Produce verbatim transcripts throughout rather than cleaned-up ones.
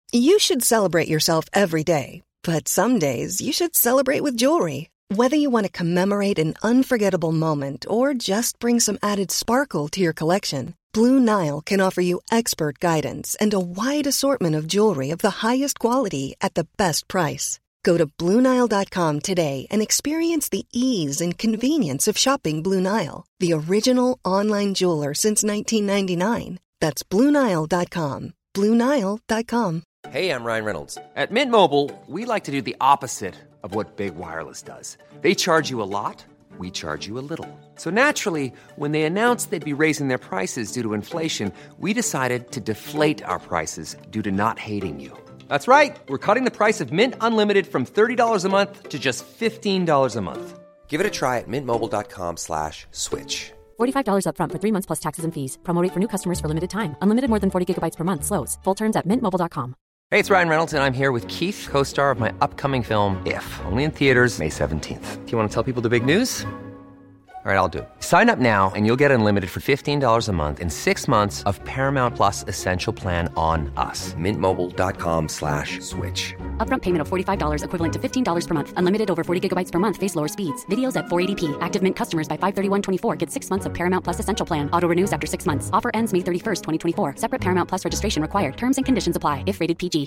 You should celebrate yourself every day, but some days you should celebrate with jewelry. Whether you want to commemorate an unforgettable moment or just bring some added sparkle to your collection, Blue Nile can offer you expert guidance and a wide assortment of jewelry of the highest quality at the best price. Go to Blue Nile dot com today and experience the ease and convenience of shopping Blue Nile, the original online jeweler since nineteen ninety-nine. That's Blue Nile dot com. Blue Nile dot com. Hey, I'm Ryan Reynolds. At Mint Mobile, we like to do the opposite of what Big Wireless does. They charge you a lot, we charge you a little. So naturally, when they announced they'd be raising their prices due to inflation, we decided to deflate our prices due to not hating you. That's right. We're cutting the price of Mint Unlimited from thirty dollars a month to just fifteen dollars a month. Give it a try at mintmobile.com slash switch. forty-five dollars up front for three months plus taxes and fees. Promo rate for new customers for limited time. Unlimited more than forty gigabytes per month. Slows full terms at mint mobile dot com. Hey, it's Ryan Reynolds, and I'm here with Keith, co-star of my upcoming film, If, only in theaters May seventeenth. Do you want to tell people the big news? All right, I'll do it. Sign up now and you'll get unlimited for fifteen dollars a month and six months of Paramount Plus Essential Plan on us. Mintmobile.com slash switch. Upfront payment of forty-five dollars equivalent to fifteen dollars per month. Unlimited over forty gigabytes per month. Face lower speeds. Videos at four eighty p. Active Mint customers by five thirty-one twenty-four get six months of Paramount Plus Essential Plan. Auto renews after six months. Offer ends May thirty-first, twenty twenty-four. Separate Paramount Plus registration required. Terms and conditions apply if rated P G.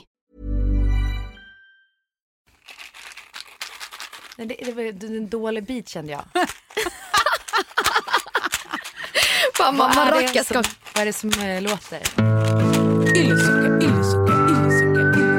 Det, det var en dålig bit, kände jag. Fan, man vad, är rackar som, vad är det som äh, låter? Yllesucka, yllesucka, yllesucka,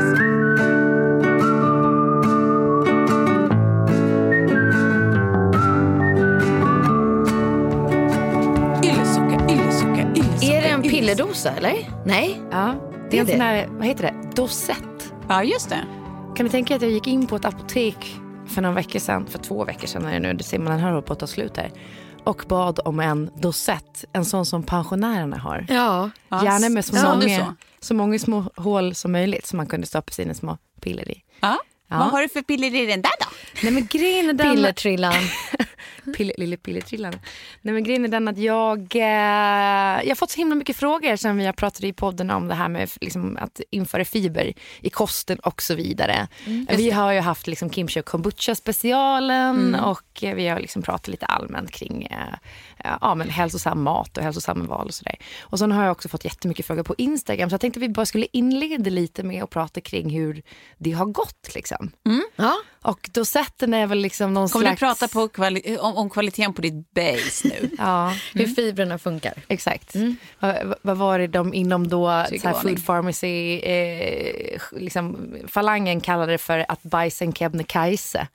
yllesucka, yllesucka, yllesucka. Är det en pillerdosa, eller? Nej. Ja, det är en sån här, vad heter det? Dosett. Ja, just det. Kan du tänka att jag gick in på ett apotek för några veckor sedan, för två veckor sedan är det nu, det ser man, den här håller på att ta slut här, och bad om en dosett, en sån som pensionärerna har. Ja. Gärna med så, ja, många, så. så många små hål som möjligt som man kunde stoppa sina små piller i. Ja. Ja. Vad har du för piller i den där då? Nej, men grejen är den... Pillertrillan. Pille, lille pillertrillan. Nej, men grejen är den att jag, eh, jag har fått så himla mycket frågor sen vi har pratat i podden om det här med liksom, att införa fiber i kosten och så vidare. Mm, vi har ju haft liksom, kimchi och kombucha specialen mm. och vi har liksom pratat lite allmänt kring eh, ja, men hälsosam mat och hälsosam val och sådär. Och sen har jag också fått jättemycket frågor på Instagram, så jag tänkte att vi bara skulle inleda lite med att prata kring hur det har gått liksom. Mm. Ja. Och då sätten är väl liksom någon Kommer slags... du prata på kvali- om, om kvaliteten på ditt base nu? Ja. Mm. Hur fibrerna funkar. Exakt. Mm. Vad, vad var det de inom då så här food pharmacy eh, liksom, falangen kallade det för att bajsa en Kebnekaise.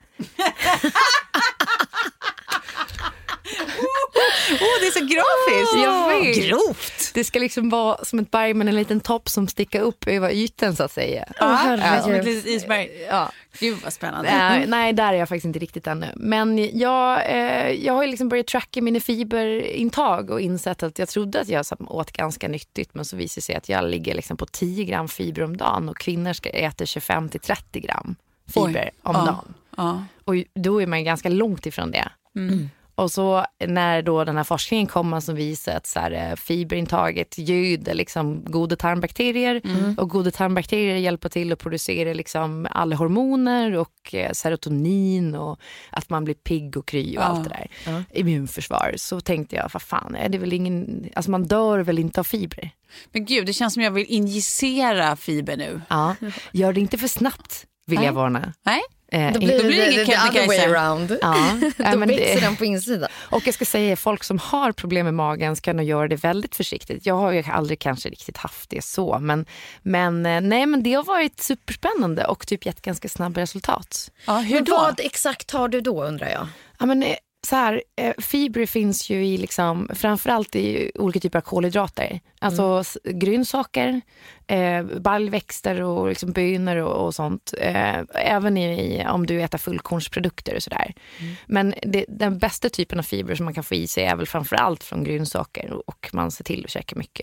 Åh, oh, det är så grafiskt. Oh, jag vet. Grovt. Det ska liksom vara som ett berg med en liten topp som sticker upp över ytan, så att säga. Ja, ja, som ett litet isberg. Ja. Gud vad spännande. Äh, nej, där är jag faktiskt inte riktigt ännu. Men jag, eh, jag har ju liksom börjat tracka mina fiberintag och insett att jag trodde att jag åt ganska nyttigt, men så visar det sig att jag ligger liksom på tio gram fiber om dagen och kvinnor ska äta tjugofem till trettio gram fiber Oj. om ja. dagen. Ja. Och då är man ganska långt ifrån det. Mm. Och så när då den här forskningen kommer som visar att så här, fiberintaget göder liksom goda tarmbakterier mm. och goda tarmbakterier hjälper till att producera liksom alla hormoner och eh, serotonin och att man blir pigg och kry och ja. allt det där. Ja. Immunförsvar. Så tänkte jag, vad fan, är det väl ingen, alltså man dör väl inte av fibrer. Men gud, det känns som jag vill injicera fiber nu. Ja, gör det inte för snabbt, vill Nej. jag varna. Nej. Då blir det, det, det the other way around. Ja. Då men växer det, den på insidan. Och jag ska säga, folk som har problem med magen ska nog göra det väldigt försiktigt. Jag har ju aldrig kanske riktigt haft det så. Men, men, nej, men det har varit superspännande och typ gett ganska snabba resultat. Ja, hur men då? Vad exakt har du då, undrar jag? Ja, men så här, fiber finns ju i liksom, framförallt i olika typer av kolhydrater. Alltså mm. grönsaker, eh, baljväxter och liksom bönor och, och sånt. Eh, även i, om du äter fullkornsprodukter och sådär. Mm. Men det, den bästa typen av fiber som man kan få i sig är väl framförallt från grönsaker, och man ser till att käka mycket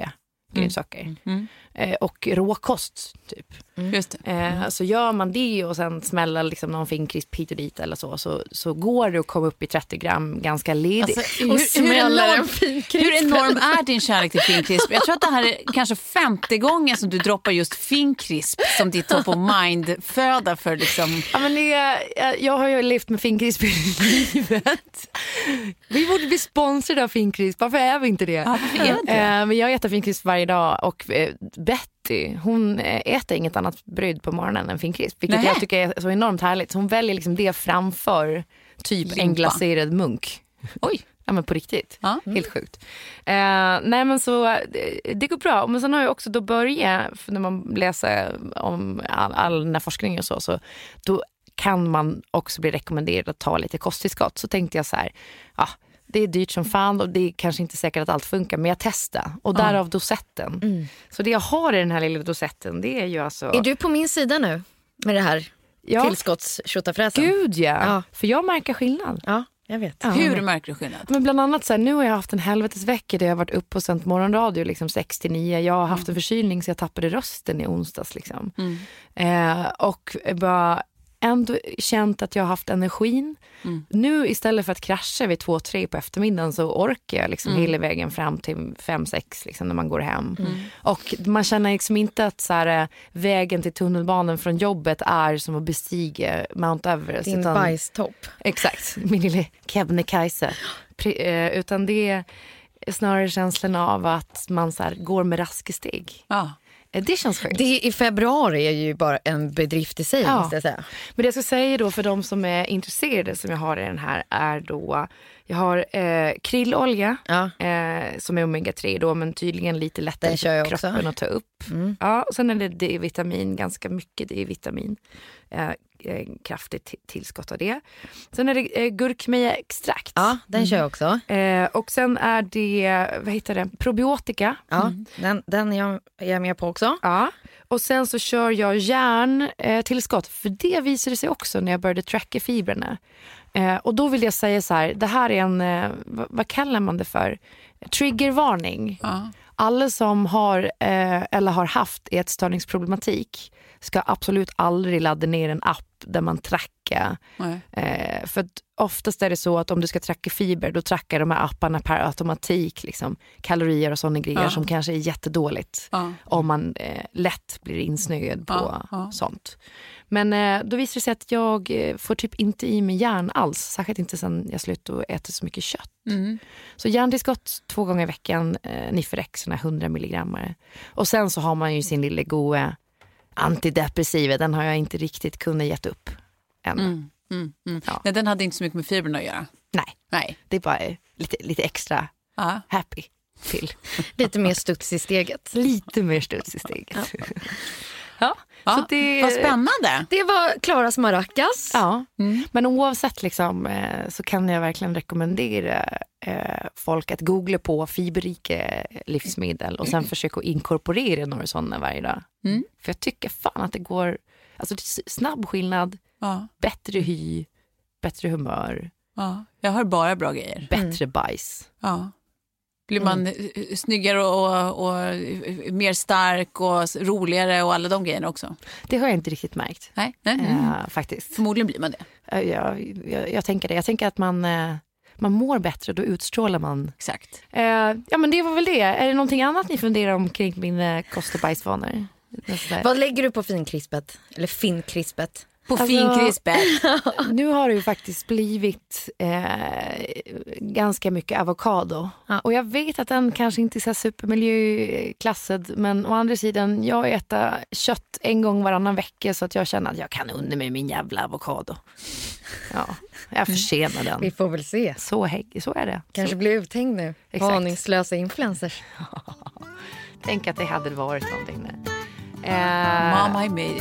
grönsaker. Mm. Mm. Eh, och råkost typ. Mm. Just det. Mm. Eh, så gör man det och sen smäller liksom någon finkrisp hit och dit eller så, så, så går det att komma upp i trettio gram ganska ledigt. Alltså, hur, hur, enorm, hur enorm är din kärlek till finkrisp? Jag tror att det här är kanske femte gången som du droppar just finkrisp som ditt top of mind-föda för liksom... Ja, men det, jag, jag har ju levt med finkrisp i livet. Vi borde bli sponsrade av finkrisp. Varför är vi inte det? Ja, varför är det? Eh, men jag äter finkrisp varje dag och eh, Betty, hon äter inget annat bröd på morgonen än finkrisp. Vilket Nähe. jag tycker är så enormt härligt. Så hon väljer liksom det framför typ Limpa. en glaserad munk. Oj, ja men på riktigt. Ja. Helt sjukt. Eh, nej men så det, det går bra. Men sen har jag också då börjat, för när man läser om all, all den här forskningen och så, så då kan man också bli rekommenderad att ta lite kosttillskott. Så tänkte jag så här, ja, det är dyrt som fan och det är kanske inte säkert att allt funkar, men jag testar. Och därav ja. dosetten. Mm. Så det jag har i den här lilla dosetten, det är ju alltså... Är du på min sida nu med det här ja. tillskottstjotafräsen? Gud ja. ja, för jag märker skillnad. Ja, jag vet. Ja. Hur märker du skillnad? Men bland annat så här, nu har jag haft en helvetesvecka där jag har varit upp och sänt morgonradio liksom sex till nio. Jag har haft en förkylning så jag tappade rösten i onsdags liksom. Mm. Eh, och bara... ändå känt att jag har haft energin. Mm. Nu istället för att krascha vid två, tre på eftermiddagen så orkar jag liksom mm. hela vägen fram till fem, sex liksom, när man går hem. Mm. Och man känner liksom inte att så här, vägen till tunnelbanan från jobbet är som att bestiga Mount Everest. Din utan, bajstopp. Exakt, min lilla Kebnekaise. Utan det är snarare känslan av att man så här, går med raska steg. Ja. Det känns skönt. Det i februari är ju bara en bedrift i sig, ja. måste jag säga. Men det jag ska säga då för de som är intresserade som jag har i den här är då, jag har eh, krillolja ja. eh, som är omega tre då, men tydligen lite lättare för kroppen också att ta upp. Mm. Ja, och sen är det D-vitamin, ganska mycket D-vitamin. Eh, eh, kraftigt t- tillskott av det. Sen är det eh, gurkmeja-extrakt. Ja, den kör jag också. Eh, och sen är det, vad heter det, probiotika. Ja, mm. den, den är, jag, är jag med på också. Ja, och sen så kör jag järn eh, tillskott. För det visade sig också när jag började tracka fibrerna. Eh, och då vill jag säga så här, det här är en, eh, vad, vad kallar man det för? Triggervarning. Ja. Alla som har eh, eller har haft ätstörningsproblematik ska absolut aldrig ladda ner en app där man trackar. Eh, för att oftast är det så att om du ska tracka fiber, då trackar de här apparna per automatik liksom, kalorier och sådana grejer ja. som kanske är jättedåligt ja. om man eh, lätt blir insnöad på ja. Ja. sånt. Men eh, då visar det sig att jag eh, får typ inte i mig järn alls, särskilt inte sen jag slutade äta så mycket kött. Mm. Så järntillskott två gånger i veckan, eh, Niferex, såna hundra milligrammar. Och sen så har man ju sin lilla goa antidepressiva, den har jag inte riktigt kunnat gett upp än. Mm, mm, mm. Ja. Nej, den hade inte så mycket med fibrerna att göra. Nej, Nej. det är bara lite, lite extra Aha. happy pill. Lite mer studs i steget. Lite mer studs i steget. Ja. Ja, ja, så det, vad spännande. Det var Klaras maracas. Ja, mm. men oavsett liksom, så kan jag verkligen rekommendera eh, folk att googla på fiberrika livsmedel och sen försöka inkorporera några sådana varje dag. Mm. För jag tycker fan att det går, alltså det är snabb skillnad, ja. bättre hy, bättre humör. Ja, jag hör bara bra grejer. Bättre mm. bajs. Ja. Blir man mm. snyggare och, och mer stark och roligare och alla de grejerna också? Det har jag inte riktigt märkt. Nej, nej. Uh, faktiskt. Förmodligen blir man det. Uh, ja, jag, jag tänker det. Jag tänker att man, uh, man mår bättre, då utstrålar man. Exakt. Uh, ja, men det var väl det. Är det någonting annat ni funderar om kring min uh, kost- och bajsvanor? Vad lägger du på finkrispet? Eller finkrispet? På alltså, finkrispet. Nu har det ju faktiskt blivit eh, ganska mycket avokado. Ja. Och jag vet att den kanske inte är så supermiljöklassad. Men å andra sidan, jag äter kött en gång varannan vecka. Så att jag känner att jag kan under mig min jävla avokado. Ja, jag försenar den. Vi får väl se. Så, hägg, så är det. Kanske så. blir uthängd nu. Aningslösa influencers. Tänk att det hade varit någonting där. Eh, Mama, I made it.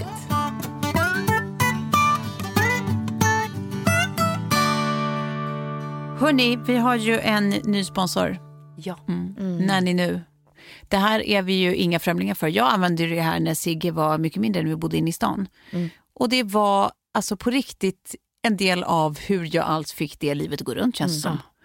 Hörrni, vi har ju en ny sponsor. Ja. Mm. Mm. Nanny nu. Det här är vi ju inga främlingar för. Jag använde det här när Sigge var mycket mindre när vi bodde inne i stan. Mm. Och det var alltså på riktigt en del av hur jag alls fick det livet att gå runt, känns det mm. som.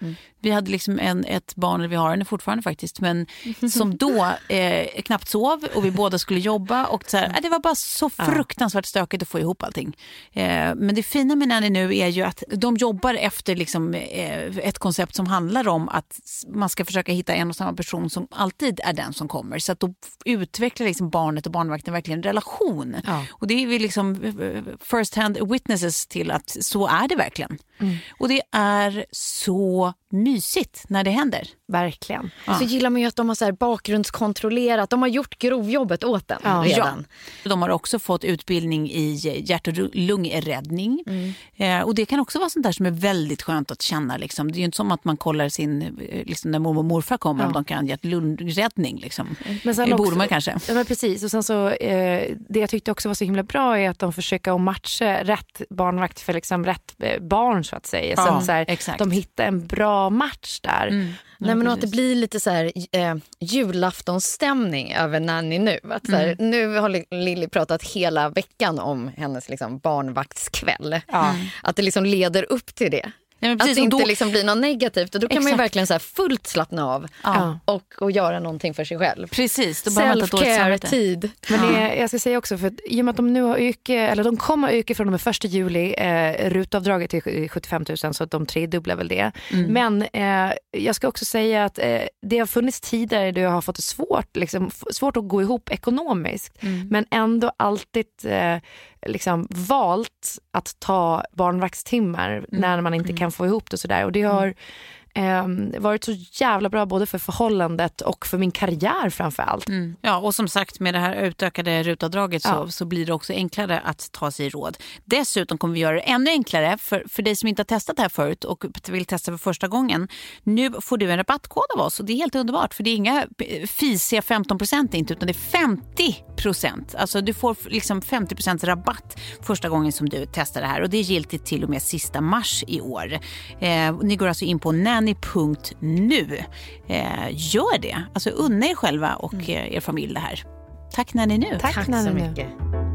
Mm. Vi hade liksom en, ett barn, eller vi har henne fortfarande faktiskt, men som då eh, knappt sov och vi båda skulle jobba och så här, äh, det var bara så fruktansvärt stökigt att få ihop allting. Eh, men det fina med Nanny nu är ju att de jobbar efter liksom, eh, ett koncept som handlar om att man ska försöka hitta en och samma person som alltid är den som kommer. Så att då utvecklar liksom barnet och barnvakten verkligen en relation. Ja. Och det är vi liksom first hand witnesses till att så är det verkligen. Mm. Och det är så mysigt när det händer. Verkligen. Ja. Så gillar man ju att de har så här bakgrundskontrollerat. De har gjort grovjobbet åt den ja. redan. Ja. De har också fått utbildning i hjärt- och lungräddning. Mm. Eh, och det kan också vara sånt där som är väldigt skönt att känna. Liksom. Det är ju inte som att man kollar sin, liksom, när mormor och morfar kommer, ja. om de kan hjärt- och lungräddning. Liksom. Men sen det också, borde man kanske. Ja, men precis. Och sen så, eh, det jag tyckte också var så himla bra är att de försöker att matcha rätt barnvakt för liksom rätt barn så att säga. Så, ja, att, så här, exakt. De hittar en bra match där. Mm. Ja, nej, men att det blir lite så här eh, julaftonsstämning över Nanny nu. Att så här, mm. Nu har Lilly pratat hela veckan om hennes liksom, barnvaktskväll. Mm. Att det liksom leder upp till det. Ja, precis, att det inte då... liksom blir något negativt. Och då kan Exakt. man ju verkligen så här fullt slappna av ja. och, och göra någonting för sig själv. Precis. Self-care-tid. Men det är, jag ska säga också, för att, i och med att de nu har yrke, eller de kommer att yrke från och med första juli, eh, rutavdraget till sjuttiofem tusen, så att de tredubblar väl det. Mm. Men eh, jag ska också säga att eh, det har funnits tider då jag har fått det svårt, liksom, svårt att gå ihop ekonomiskt. Mm. Men ändå alltid... Eh, liksom valt att ta barnvaktstimmar mm. när man inte mm. kan få ihop det och sådär. Och det har eh, varit så jävla bra både för förhållandet och för min karriär framför allt. Mm. Ja, och som sagt med det här utökade rutavdraget så, ja. så blir det också enklare att ta sig råd. Dessutom kommer vi göra det ännu enklare för, för dig som inte har testat det här förut och vill testa för första gången. Nu får du en rabattkod av oss och det är helt underbart för det är inga fisiga femton procent inte utan det är femtio procent. Alltså du får liksom femtio procent rabatt första gången som du testar det här och det är giltigt till och med sista mars i år. Eh, ni går alltså in på nanny punkt nu. Eh, gör det. Alltså unna er själva och mm. er familj det här. Tack Nanny nu. Tack, Tack Nanny så mycket. Nu.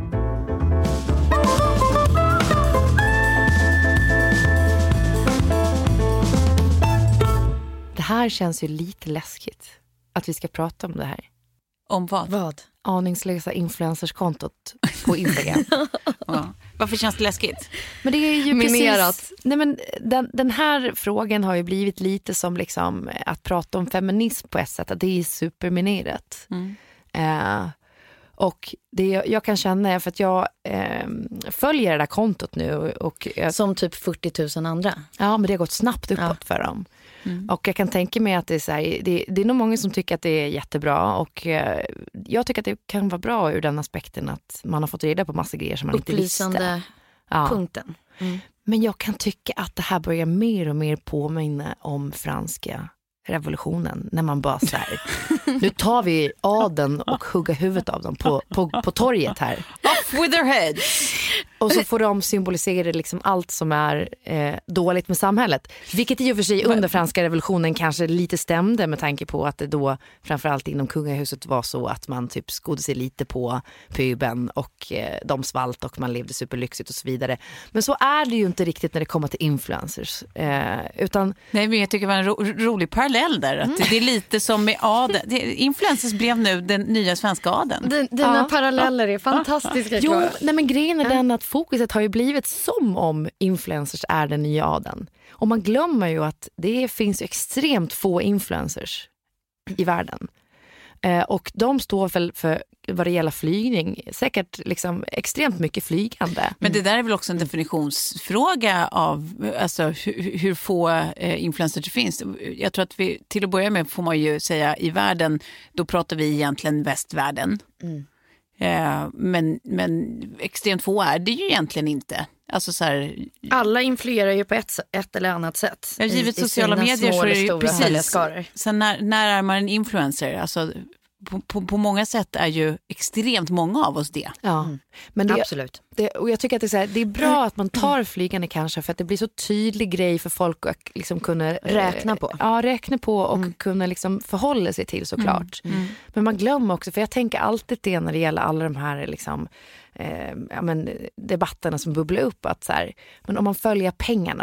Det här känns ju lite läskigt att vi ska prata om det här. Om vad? Vad? Aningslösa influencerskontot på Instagram. Ja. Varför känns det läskigt? Men det är ju Minerat. Precis... Nej, men den, den här frågan har ju blivit lite som liksom att prata om feminism på ett sätt. Att det är superminerat. Mm. Eh, och det jag kan känna är för att jag eh, följer det där kontot nu. Och jag, som typ fyrtio tusen andra. Ja, men det har gått snabbt uppåt ja. för dem. Mm. Och jag kan tänka mig att det är, så här, det, det är nog många som tycker att det är jättebra och eh, jag tycker att det kan vara bra ur den aspekten att man har fått reda på massa grejer som man inte visste. Upplysande ja. punkten. Mm. Men jag kan tycka att det här börjar mer och mer påminna om franska revolutionen när man bara så här, nu tar vi adeln och hugger huvudet av dem på, på, på torget här. Off with their heads! Och så får de symbolisera liksom allt som är eh, dåligt med samhället. Vilket i och för sig under franska revolutionen kanske lite stämde med tanke på att det då framförallt inom kungahuset var så att man typ skodde sig lite på puben och eh, de svalt och man levde superlyxigt och så vidare. Men så är det ju inte riktigt när det kommer till influencers. Eh, utan... Nej, men jag tycker det var en ro- rolig parallell där. Att mm. det är lite som med adeln. Influencers blev nu den nya svenska adeln. D- dina ja. paralleller är fantastiska. Jo, nej, men grejen är ja. den att fokuset har ju blivit som om influencers är den nya adeln. Och man glömmer ju att det finns extremt få influencers i världen. Eh, och de står väl för vad det gäller flygning säkert liksom extremt mycket flygande. Men det där är väl också en definitionsfråga av alltså, hur, hur få eh, influencers det finns. Jag tror att vi till att börja med får man ju säga i världen, då pratar vi egentligen västvärlden. Mm. Eh, men, men extremt få är det ju egentligen inte. Alltså så här, alla influerar ju på ett, ett eller annat sätt. Ja, givet i, sociala i medier så är det ju precis. Sen när, när är man en influencer? Alltså på, på, på många sätt är ju extremt många av oss det. Ja, mm. men det, absolut. Det, och jag tycker att det är, så här, det är bra att man tar flygande kanske för att det blir så tydlig grej för folk att liksom kunna räkna på. Ja, räkna på och mm. kunna liksom förhålla sig till såklart. Mm. Mm. Men man glömmer också, för jag tänker alltid det när det gäller alla de här liksom, eh, ja, men, debatterna som bubblar upp att så här, men om man följer pengarna då?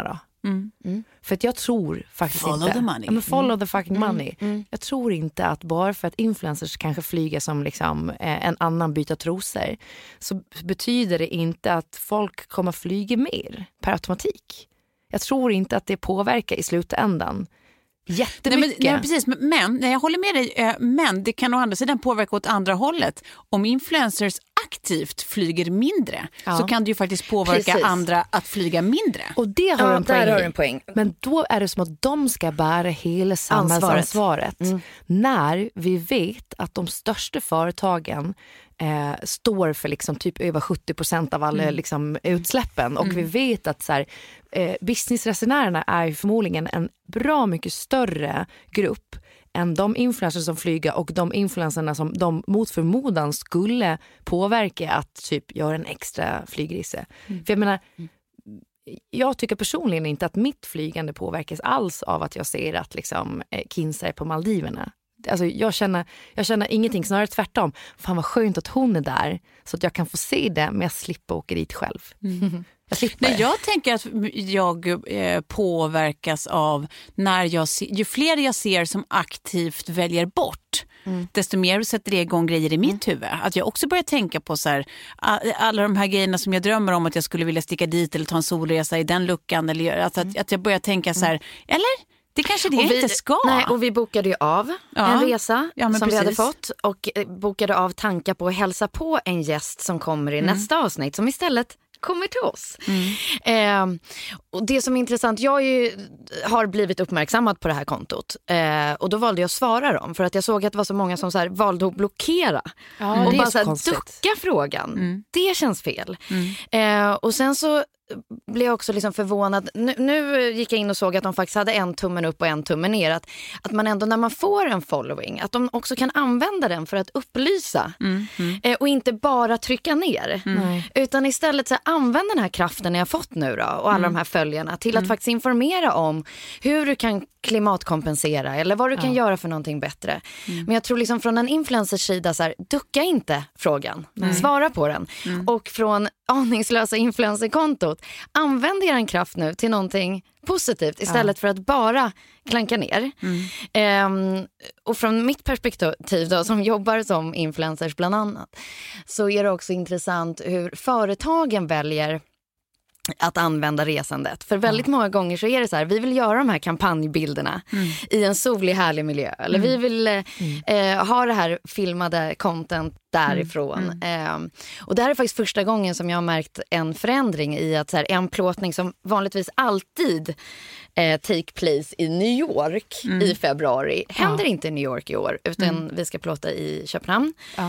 Mm. Mm. För att jag tror faktiskt follow inte... the money. Ja, men follow mm. the fucking money. Mm. Mm. Jag tror inte att bara för att influencers kanske flyger som liksom, eh, en annan byta trosor, så betyder det inte att folk kommer flyga mer per automatik. Jag tror inte att det påverkar i slutändan jättemycket. Nej, men, nej, precis, men nej, jag håller med dig, men det kan å andra sidan påverka åt andra hållet. Om influencers aktivt flyger mindre, ja, så kan det ju faktiskt påverka precis. andra att flyga mindre. Och det har ja, en poäng. Där har en poäng. Men då är det som att de ska bära hela samhällsansvaret. Mm. När vi vet att de största företagen eh, står för liksom typ över sjuttio procent av alla mm. liksom, utsläppen. Och mm. vi vet att så här, eh, businessresenärerna är förmodligen en bra mycket större grupp än de influencers som flyger och de influencerna som de mot förmodan skulle påverka att typ göra en extra flygresa. Mm. För jag menar, mm. jag tycker personligen inte att mitt flygande påverkas alls av att jag ser att liksom Kinsa är på Maldiverna. Alltså jag känner, jag känner ingenting, snarare tvärtom. Fan vad skönt att hon är där så att jag kan få se det, men jag slipper åka dit själv. Mm. Jag slipper. Nej, jag tänker att jag eh, påverkas av när jag se, ju fler jag ser som aktivt väljer bort, mm. desto mer sätter det igång grejer i mitt mm. huvud. Att jag också börjar tänka på så här, alla de här grejerna som jag drömmer om att jag skulle vilja sticka dit eller ta en solresa i den luckan. Eller, alltså att, mm. att jag börjar tänka så här, eller... Det kanske det vi, inte ska. Nej, och vi bokade ju av ja. en resa ja, som precis. vi hade fått. Och bokade av tankar på att hälsa på en gäst som kommer i mm. nästa avsnitt. Som istället kommer till oss. Mm. Eh, och det som är intressant, jag är ju, har blivit uppmärksammad på det här kontot. Eh, och då valde jag att svara dem. För att jag såg att det var så många som så här valde att blockera. Ja, och det bara är så så här, ducka frågan. Mm. Det känns fel. Mm. Eh, och sen så blev jag också liksom förvånad. Nu, nu gick jag in och såg att de faktiskt hade en tummen upp och en tummen ner. Att, att man ändå när man får en following, att de också kan använda den för att upplysa. Mm, mm. Eh, och inte bara trycka ner. Mm. Utan istället så här, använd den här kraften jag fått nu då, och alla mm. de här följarna till att mm. faktiskt informera om hur du kan klimatkompensera eller vad du kan ja. göra för någonting bättre. Mm. Men jag tror liksom från en influencers sida så här, ducka inte frågan. Nej. Svara på den. Mm. Och från aningslösa influencerkontot, använd er kraft nu till någonting positivt istället ja. för att bara klanka ner. Mm. Um, och från mitt perspektiv då, som jobbar som influencers bland annat, så är det också intressant hur företagen väljer att använda resandet. För väldigt många gånger så är det så här, vi vill göra de här kampanjbilderna mm. i en solig härlig miljö. Eller mm. vi vill eh, eh, ha det här filmade content därifrån. Mm. Eh, och det här är faktiskt första gången som jag har märkt en förändring i att så här, en plåtning som vanligtvis alltid eh, take place i New York mm. i februari händer ja. inte i New York i år, utan mm. vi ska plåta i Köpenhamn. Ja.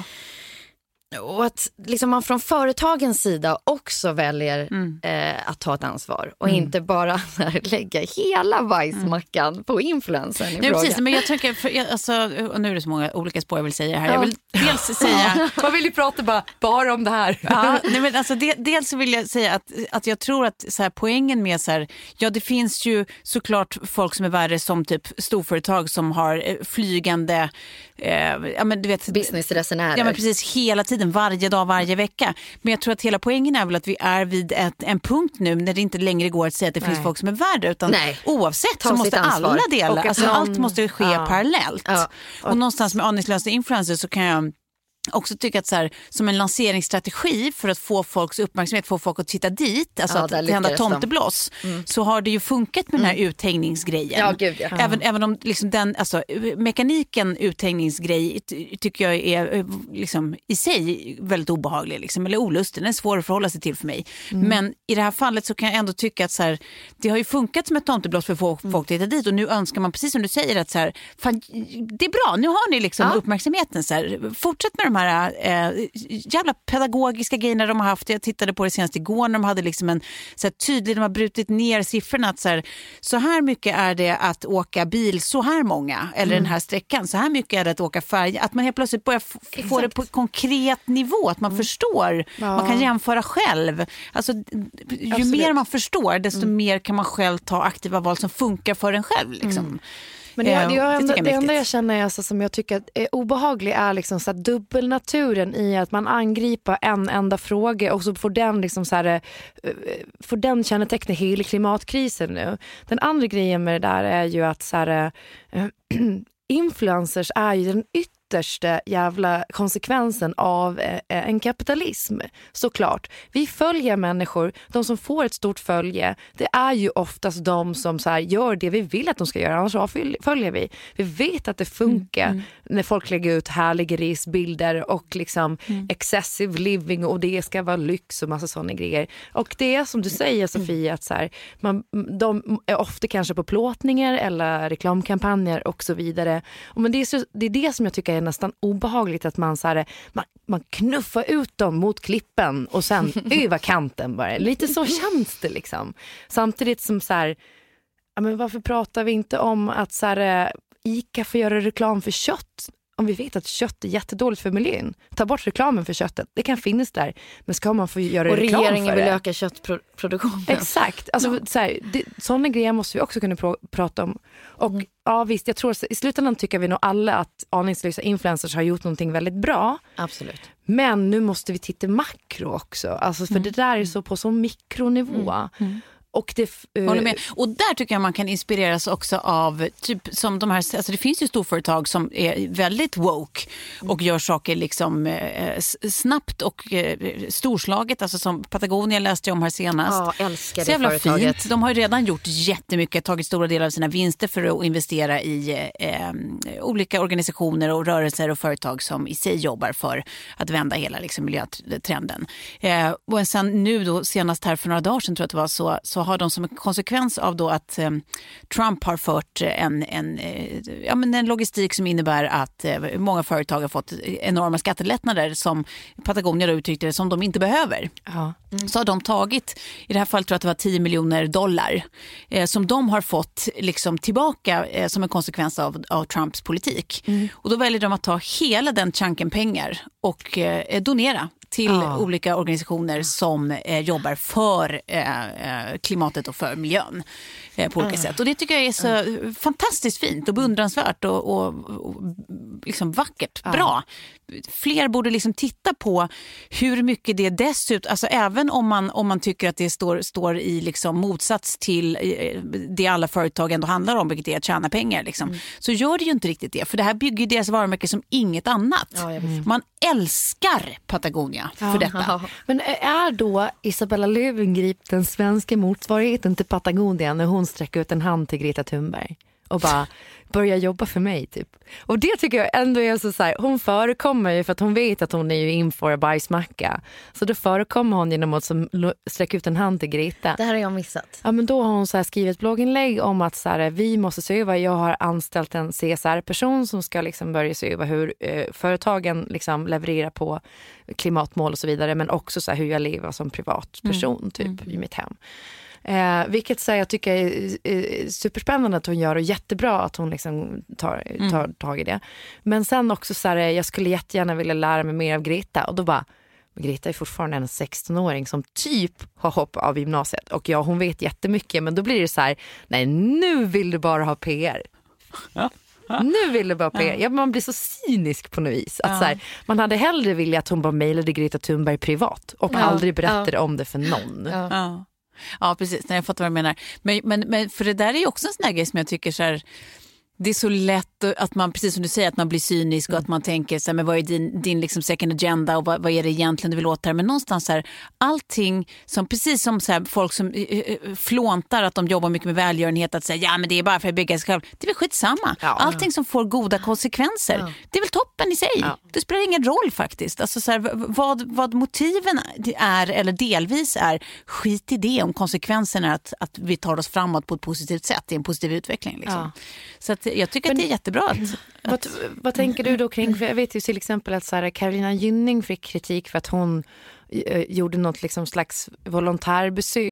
Och att liksom man från företagens sida också väljer mm. eh, att ta ett ansvar och mm. inte bara här, lägga hela bajsmackan mm. på influensen i Nej, frågan. Precis, men jag tänker, för, alltså, och nu är det så många olika spår jag vill säga här. Ja. Jag vill dels säga... Man vill ju prata bara, bara om det här. Ja, nej, men alltså, de, dels vill jag säga att, att jag tror att så här, poängen med så här, ja det finns ju såklart folk som är värre som typ storföretag som har flygande eh, ja, men, du vet, businessresenärer. Ja men precis, hela tiden, varje dag, varje vecka. Men jag tror att hela poängen är väl att vi är vid ett, en punkt nu när det inte längre går att säga att det Nej. finns folk som är värre, utan Nej. oavsett Ta så måste alla dela, alltså, någon... allt måste ske ja. parallellt. Ja. Och, och någonstans med aningslösa influencers så kan jag också tycka att så här, som en lanseringsstrategi för att få folks uppmärksamhet, få folk att titta dit, alltså ja, att hända tomtebloss, mm. så har det ju funkat med mm. den här uthängningsgrejen. Ja, gud, ja. Även, även om liksom den, alltså, mekaniken uthängningsgrej tycker jag är liksom, i sig väldigt obehaglig, liksom, eller olustig, den är svår att förhålla sig till för mig. Mm. Men i det här fallet så kan jag ändå tycka att så här, det har ju funkat som ett tomtebloss för att få mm. folk att titta dit, och nu önskar man, precis som du säger, att så här, fan, det är bra, nu har ni liksom ja. uppmärksamheten, så här, fortsätt med de här äh, jävla pedagogiska grejerna de har haft. Jag tittade på det senast igår när de hade liksom en så här, tydlig, de har brutit ner siffrorna att så här, så här mycket är det att åka bil så här många, eller mm. den här sträckan, så här mycket är det att åka färg, att man helt plötsligt börjar f- få det på konkret nivå, att man mm. förstår, ja. man kan jämföra själv, alltså ju Absolut. mer man förstår desto mm. mer kan man själv ta aktiva val som funkar för en själv liksom. Mm. Men jag, jag, jag, det, det enda jag känner alltså, som jag tycker är obehaglig är liksom så här dubbelnaturen i att man angriper en enda fråga och så får den liksom så här, får den känneteckna hela klimatkrisen nu. Den andra grejen med det där är ju att så här, äh, influencers är ju den yttersta jävla konsekvensen av eh, en kapitalism, såklart. Vi följer människor, de som får ett stort följe, det är ju oftast de som så här, gör det vi vill att de ska göra, annars följer vi. Vi vet att det funkar mm, mm. när folk lägger ut härliga resbilder och liksom mm. excessive living och det ska vara lyx och massa sådana grejer. Och det är som du säger, Sofia, att så här, man, de är ofta kanske på plåtningar eller reklamkampanjer och så vidare. Och men det är, så, det är det som jag tycker är nästan obehagligt, att man så här, man, man knuffar ut dem mot klippen och sen över kanten bara. Lite så känns det liksom. Samtidigt som så här, ja, men varför pratar vi inte om att så här, ICA får göra reklam för kött? Om vi vet att kött är jättedåligt för miljön. Ta bort reklamen för köttet. Det kan finnas där. Men ska man få göra och reklam för det? Och regeringen vill öka köttproduktionen. Exakt. Alltså, ja. så här, det, sådana grejer måste vi också kunna pr- prata om. Och mm. ja visst, jag tror att i slutändan tycker vi nog alla att aningslösa influencers har gjort någonting väldigt bra. Absolut. Men nu måste vi titta makro också. Alltså, för mm. det där är så på så mikronivå. Mm. Mm. Och det, uh... Håller med. Och där tycker jag man kan inspireras också av typ som de här, alltså det finns ju storföretag som är väldigt woke och gör saker liksom eh, snabbt och eh, storslaget, alltså som Patagonia läste jag om här senast. Ja, älskar det så jävla företaget. Fint. De har ju redan gjort jättemycket, tagit stora delar av sina vinster för att investera i eh, olika organisationer och rörelser och företag som i sig jobbar för att vända hela liksom, miljötrenden. Eh, och sen nu då senast här för några dagar sedan tror jag att det var så, så har de som en konsekvens av då att eh, Trump har fört en, en, eh, ja, men en logistik som innebär att eh, många företag har fått enorma skattelättnader som Patagonia då uttryckte det, som de inte behöver. Ja. Mm. Så har de tagit, i det här fallet tror jag att det var tio miljoner dollar eh, som de har fått liksom tillbaka eh, som en konsekvens av, av Trumps politik. Mm. Och då väljer de att ta hela den chunken pengar och eh, donera till ah. olika organisationer som eh, jobbar för eh, klimatet och för miljön eh, på olika ah. sätt. Och det tycker jag är så ah. fantastiskt fint och beundransvärt och, och, och liksom vackert, ah. bra. Fler borde liksom titta på hur mycket det dessutom, alltså även om man, om man tycker att det står, står i liksom motsats till det alla företag ändå handlar om, vilket är att tjäna pengar liksom, mm. så gör det ju inte riktigt det. För det här bygger deras varumärke som inget annat. Ja, mm. Man älskar Patagonia för ja, detta. Ja. Men är då Isabella Löwengrip den svenska motsvarigheten till Patagonia när hon sträcker ut en hand till Greta Thunberg och bara börja jobba för mig typ? Och det tycker jag ändå är så, så här, hon förekommer ju för att hon vet att hon är ju in för bajsmacka. Så då förekommer hon genom att som, sträcka ut en hand till Greta. Det här har jag missat. Ja, men då har hon så här skrivit blogginlägg om att så här, vi måste se över, jag har anställt en C S R-person som ska liksom börja se över hur eh, företagen liksom levererar på klimatmål och så vidare, men också så här, hur jag lever som privatperson mm. typ mm. i mitt hem. Eh, vilket så här, jag tycker är, är superspännande att hon gör och jättebra att hon liksom tar, tar mm. tag i det. Men sen också så här, jag skulle jättegärna vilja lära mig mer av Greta och då bara, Greta är fortfarande en sexton-åring som typ har hoppat av gymnasiet och ja, hon vet jättemycket, men då blir det så här, nej nu vill du bara ha P R. Ja. Ja. Nu vill du bara P R. Ja, man blir så cynisk på något vis. Att ja. så här, man hade hellre vilja att hon bara mejlade Greta Thunberg privat och ja. aldrig berättade ja. om det för någon. Ja. Ja. Ja, precis. Nej, jag fattar vad jag menar. Men, men, men för det där är ju också en sån här grej som jag tycker så här, det är så lätt att man, precis som du säger, att man blir cynisk och att man tänker så här, men vad är din, din liksom second agenda och vad, vad är det egentligen du vill åt här? Men någonstans här, allting som, precis som så här, folk som uh, flåntar att de jobbar mycket med välgörenhet, att säga, ja men det är bara för att bygga sig själv. Det är väl skitsamma. Ja. Allting som får goda konsekvenser, ja. det är väl toppen i sig. Ja. Det spelar ingen roll faktiskt. Alltså så här, vad, vad motiven är eller delvis är, skit i det om konsekvensen är att, att vi tar oss framåt på ett positivt sätt. Det är en positiv utveckling liksom. Ja. Så att jag tycker men, att det är jättebra. Att, vad, att... vad tänker du då kring, för jag vet ju till exempel att så här, Carolina Gynning fick kritik för att hon uh, gjorde något liksom slags volontärbesök.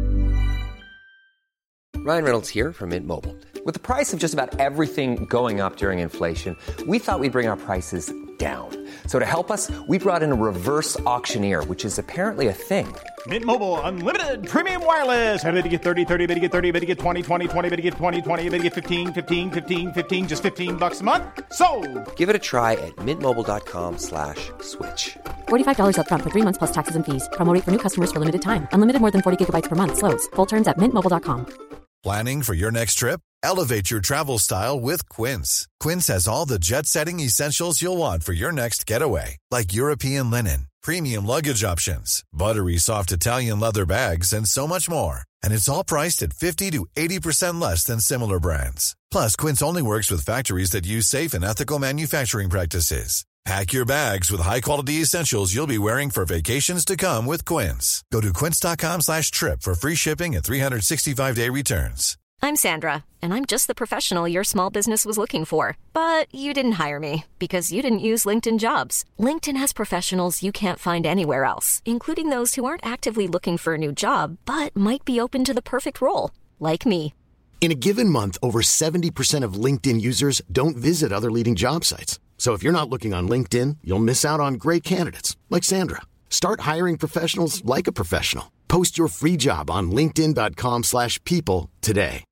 Ryan Reynolds here from Mint Mobile. With the price of just about everything going up during inflation, we thought we'd bring our prices down. So to help us, we brought in a reverse auctioneer, which is apparently a thing. Mint Mobile Unlimited Premium Wireless. How to get thirty, thirty, how to get thirty, how to get twenty, twenty, twenty, how to get twenty, twenty, how to get fifteen, fifteen, fifteen, fifteen, just fifteen bucks a month? Sold! Give it a try at mintmobile.com slash switch. forty-five dollars up front for three months plus taxes and fees. Promo rate for new customers for limited time. Unlimited more than forty gigabytes per month. Slows full terms at mint mobile dot com. Planning for your next trip? Elevate your travel style with Quince. Quince has all the jet-setting essentials you'll want for your next getaway, like European linen, premium luggage options, buttery soft Italian leather bags, and so much more. And it's all priced at fifty to eighty percent less than similar brands. Plus, Quince only works with factories that use safe and ethical manufacturing practices. Pack your bags with high-quality essentials you'll be wearing for vacations to come with Quince. Go to quince.com slash trip for free shipping and three sixty-five day returns. I'm Sandra, and I'm just the professional your small business was looking for. But you didn't hire me because you didn't use LinkedIn Jobs. LinkedIn has professionals you can't find anywhere else, including those who aren't actively looking for a new job, but might be open to the perfect role, like me. In a given month, over seventy percent of LinkedIn users don't visit other leading job sites. So if you're not looking on LinkedIn, you'll miss out on great candidates like Sandra. Start hiring professionals like a professional. Post your free job on linkedin.com slash people today.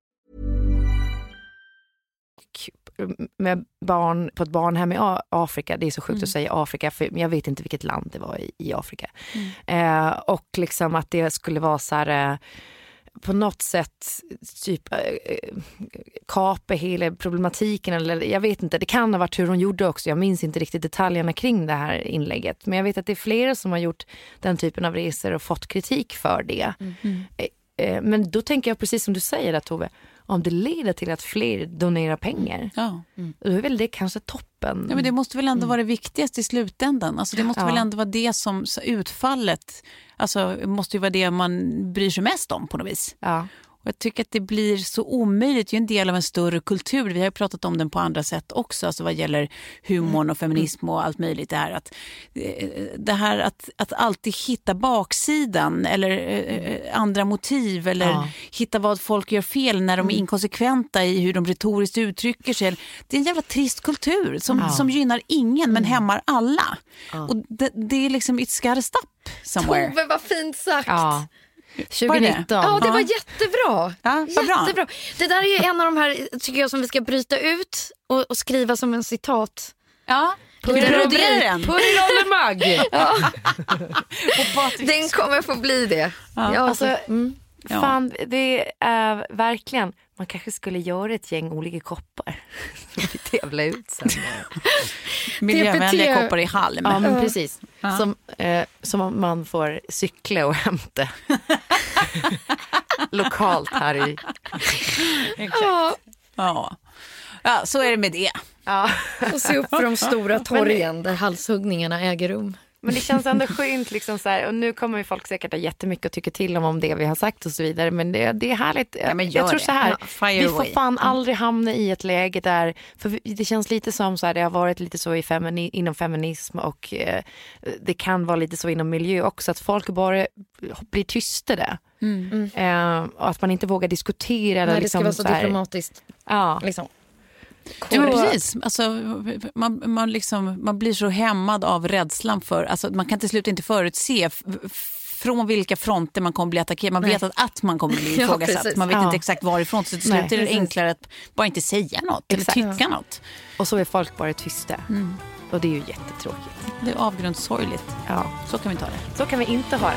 Med barn på ett barnhem i Afrika, det är så sjukt Mm. att säga Afrika, för jag vet inte vilket land det var i, i Afrika. Mm. Eh, och liksom att det skulle vara så här... Eh, på något sätt typ äh, kapa hela problematiken, eller jag vet inte, det kan ha varit hur hon gjorde också, jag minns inte riktigt detaljerna kring det här inlägget, men jag vet att det är flera som har gjort den typen av resor och fått kritik för det. Mm. Eh, eh, men då tänker jag precis som du säger där, Tove, om det leder till att fler donerar pengar, Ja. Mm. då är väl det kanske toppen. Ja, men det måste väl ändå vara det viktigaste i slutändan. Alltså det måste Ja. väl ändå vara det som så utfallet, alltså måste ju vara det man bryr sig mest om på något vis. Ja. Och jag tycker att det blir så omöjligt. Det är ju en del av en större kultur. Vi har ju pratat om den på andra sätt också. Alltså vad gäller humorn och feminism och allt möjligt. Det här att, det här att, att alltid hitta baksidan eller eh, andra motiv. Eller Ja. hitta vad folk gör fel när de är inkonsekventa i hur de retoriskt uttrycker sig. Det är en jävla trist kultur som, Ja. som gynnar ingen men hämmar alla. Och det, det är liksom, it's gotta stop somewhere. Tove, vad fint sagt. Ja. tjugonitton. Ja, det var Ja. jättebra. Ja, vad bra. Jättebra. Det där är ju en av de här, tycker jag, som vi ska bryta ut och, och skriva som en citat. Ja. Hur Hur är blir det? den? Purrollemagg! Ja, Och Patrik- den kommer få bli det. Ja, Alltså, mm. Ja. fan, det är verkligen, man kanske skulle göra ett gäng olika koppar som vi tävlar ut sen. Miljövänliga T P T. koppar i halm. Ja, men precis. Ja. Som, eh, som man får cykla och hämta lokalt här i... Ja, Ja. Ja, så är det med det. Ja. och se upp för de stora torgen där halshuggningarna äger rum. Men det känns ändå skönt liksom så här, och nu kommer ju folk säkert ha jättemycket att tycka till om, om det vi har sagt och så vidare, men det, det är härligt. Ja, men jag gör tror det. så här, Ja, fire vi får away. fan aldrig hamna i ett läge där, för vi, det känns lite som så här, det har varit lite så i femini, inom feminism och eh, det kan vara lite så inom miljö också, att folk bara blir tystade. Mm. Eh, och att man inte vågar diskutera. Eller Nej, det liksom ska vara så, så här, diplomatiskt. Ja. Liksom. Ja, men precis. Alltså, man, man, liksom, man blir så hämmad av rädslan för... Alltså, man kan till slut inte förutse f- f- från vilka fronter man kommer bli attackerad. Man Nej. vet att, att man kommer bli Ja, ifrågasatt. precis. Man vet Ja. inte exakt varifrån. Så till Nej, slut är det precis. enklare att bara inte säga något Exakt. eller tycka något. Och så är folk bara tysta. Och det är ju jättetråkigt. Det är avgrundssorgligt. Ja. Så kan vi ta det. Så kan vi inte ha det.